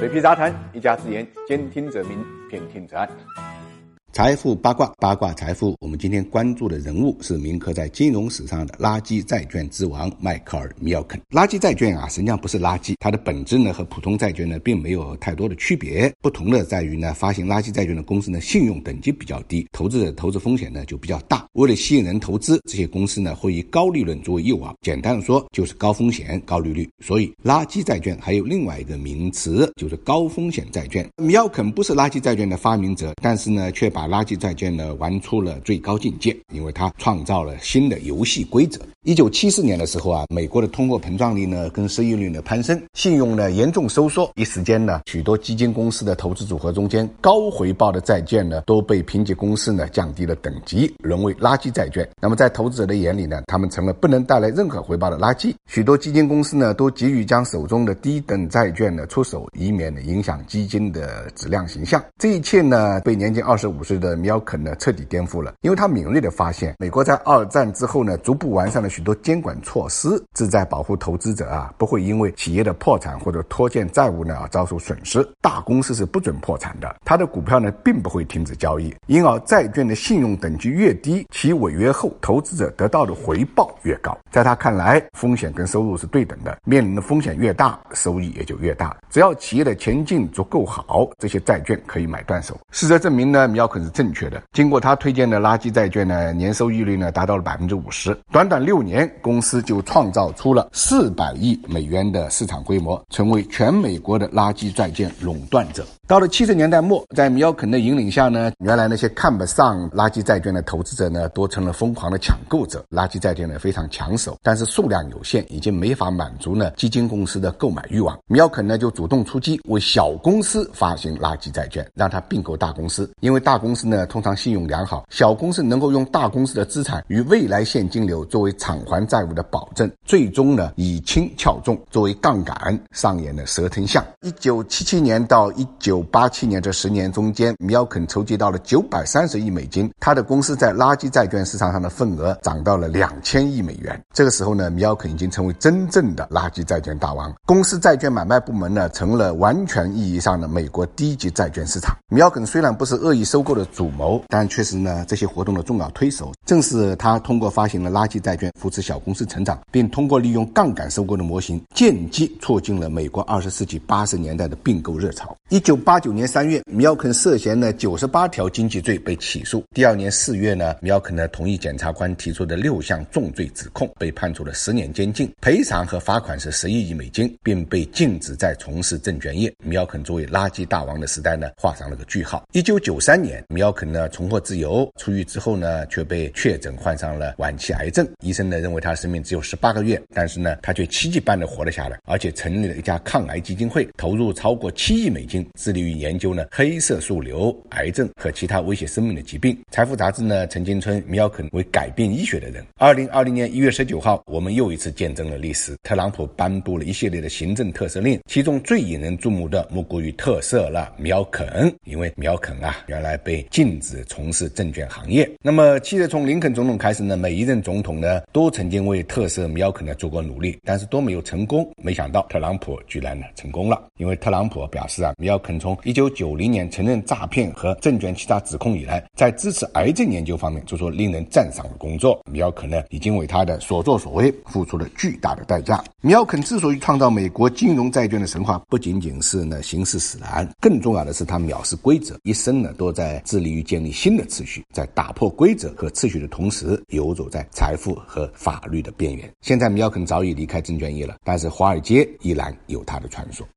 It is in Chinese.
水皮杂谈，一家之言，兼听则明，偏听则暗。 财富八卦，八卦财富。我们今天关注的人物是铭刻在金融史上的垃圾债券之王迈克尔·米尔肯。垃圾债券实际上不是垃圾，它的本质呢和普通债券呢并没有太多的区别，不同的在于呢发行垃圾债券的公司呢信用等级比较低，投资者投资风险呢就比较大。为了吸引人投资，这些公司呢会以高利润作为诱饵，简单的说就是高风险高利率。所以垃圾债券还有另外一个名词，就是高风险债券。米尔肯不是垃圾债券的发明者，但是呢却把垃圾债券呢玩出了最高境界，因为他创造了新的游戏规则。1974年的时候美国的通货膨胀率呢跟失业率呢攀升，信用呢严重收缩，一时间呢许多基金公司的投资组合中间高回报的债券呢都被评级公司呢降低了等级，沦为垃圾债券。那么在投资者的眼里呢，他们成了不能带来任何回报的垃圾。许多基金公司呢都急于将手中的低等债券呢出手，以免呢影响基金的质量形象。这一切呢被年仅25岁的米尔肯呢彻底颠覆了，因为他敏锐地发现，美国在二战之后呢逐步完善了许多监管措施，旨在保护投资者不会因为企业的破产或者拖欠债务呢遭受损失。大公司是不准破产的，他的股票呢并不会停止交易，因而债券的信用等级越低，其违约后投资者得到的回报越高。在他看来，风险跟收入是对等的，面临的风险越大，收益也就越大。只要企业的前景足够好，这些债券可以买断手。事实证明呢，米尔肯是正确的。经过他推荐的垃圾债券呢，年收益率呢达到了 50%， 短短6年，公司就创造出了400亿美元的市场规模，成为全美国的垃圾债券垄断者。到了70年代末，在米尔肯的引领下呢，原来那些看不上垃圾债券的投资者呢，都成了疯狂的抢购者。垃圾债券呢非常抢手，但是数量有限，已经没法满足呢基金公司的购买欲望。米尔肯呢就主动出击，为小公司发行垃圾债券，让它并购大公司。因为大公司呢通常信用良好，小公司能够用大公司的资产与未来现金流作为偿还债务的保证，最终呢以轻撬重，作为杠杆上演了蛇吞象。1977年到1987年这10年中间，米尔肯筹集到了930亿美金，他的公司在垃圾债券市场上的份额涨到了2000亿美元。这个时候呢，米尔肯已经成为真正的垃圾债券大王。公司债券买卖部门呢成了完全意义上的美国低级债券市场。米尔肯虽然不是恶意收购的主谋，但确实呢这些活动的重要推手。正是他通过发行了垃圾债券扶持小公司成长，并通过利用杠杆收购的模型，间接促进了美国20世纪80年代的并购热潮。1989年3月，米尔肯涉嫌呢98条经济罪被起诉。第2年4月呢，米尔肯呢同意检察官提出的6项重罪指控，被判处了10年监禁，赔偿和罚款是11亿美金，并被禁止再从事证券业。米尔肯作为垃圾大王的时代呢画上了个句号。1993年，米尔肯呢重获自由，出狱之后呢却被确诊患上了晚期癌症，医生呢认为他生命只有18个月，但是呢他却奇迹般的活了下来，而且成立了一家抗癌基金会，投入超过7亿美金，致力于研究呢黑色素瘤、癌症和其他威胁生命的疾病。财富杂志呢曾经称米尔肯为改变医学的人。2020年1月19号，我们又一次见证了历史。特朗普颁布了一系列的行政特赦令，其中最引人注目的莫过于特赦了米尔肯，因为米尔肯原来被禁止从事证券行业。那么其实从林肯总统开始呢，每一任总统呢都曾经为特赦米尔肯呢做过努力，但是都没有成功。没想到特朗普居然呢成功了，因为特朗普表示米尔肯从1990年承认诈骗和证券欺诈指控以来，在支持癌症研究方面做出令人赞赏的工作。米尔肯呢已经为他的所作所为付出了巨大的代价。米尔肯之所以创造美国金融债券的神话，不仅仅是呢形式使然，更重要的是他藐视规则，一生呢都在致力于建立新的秩序，在打破规则和秩序的同时，游走在财富和法律的边缘。现在米尔肯早已离开证券业了，但是华尔街依然有他的传说。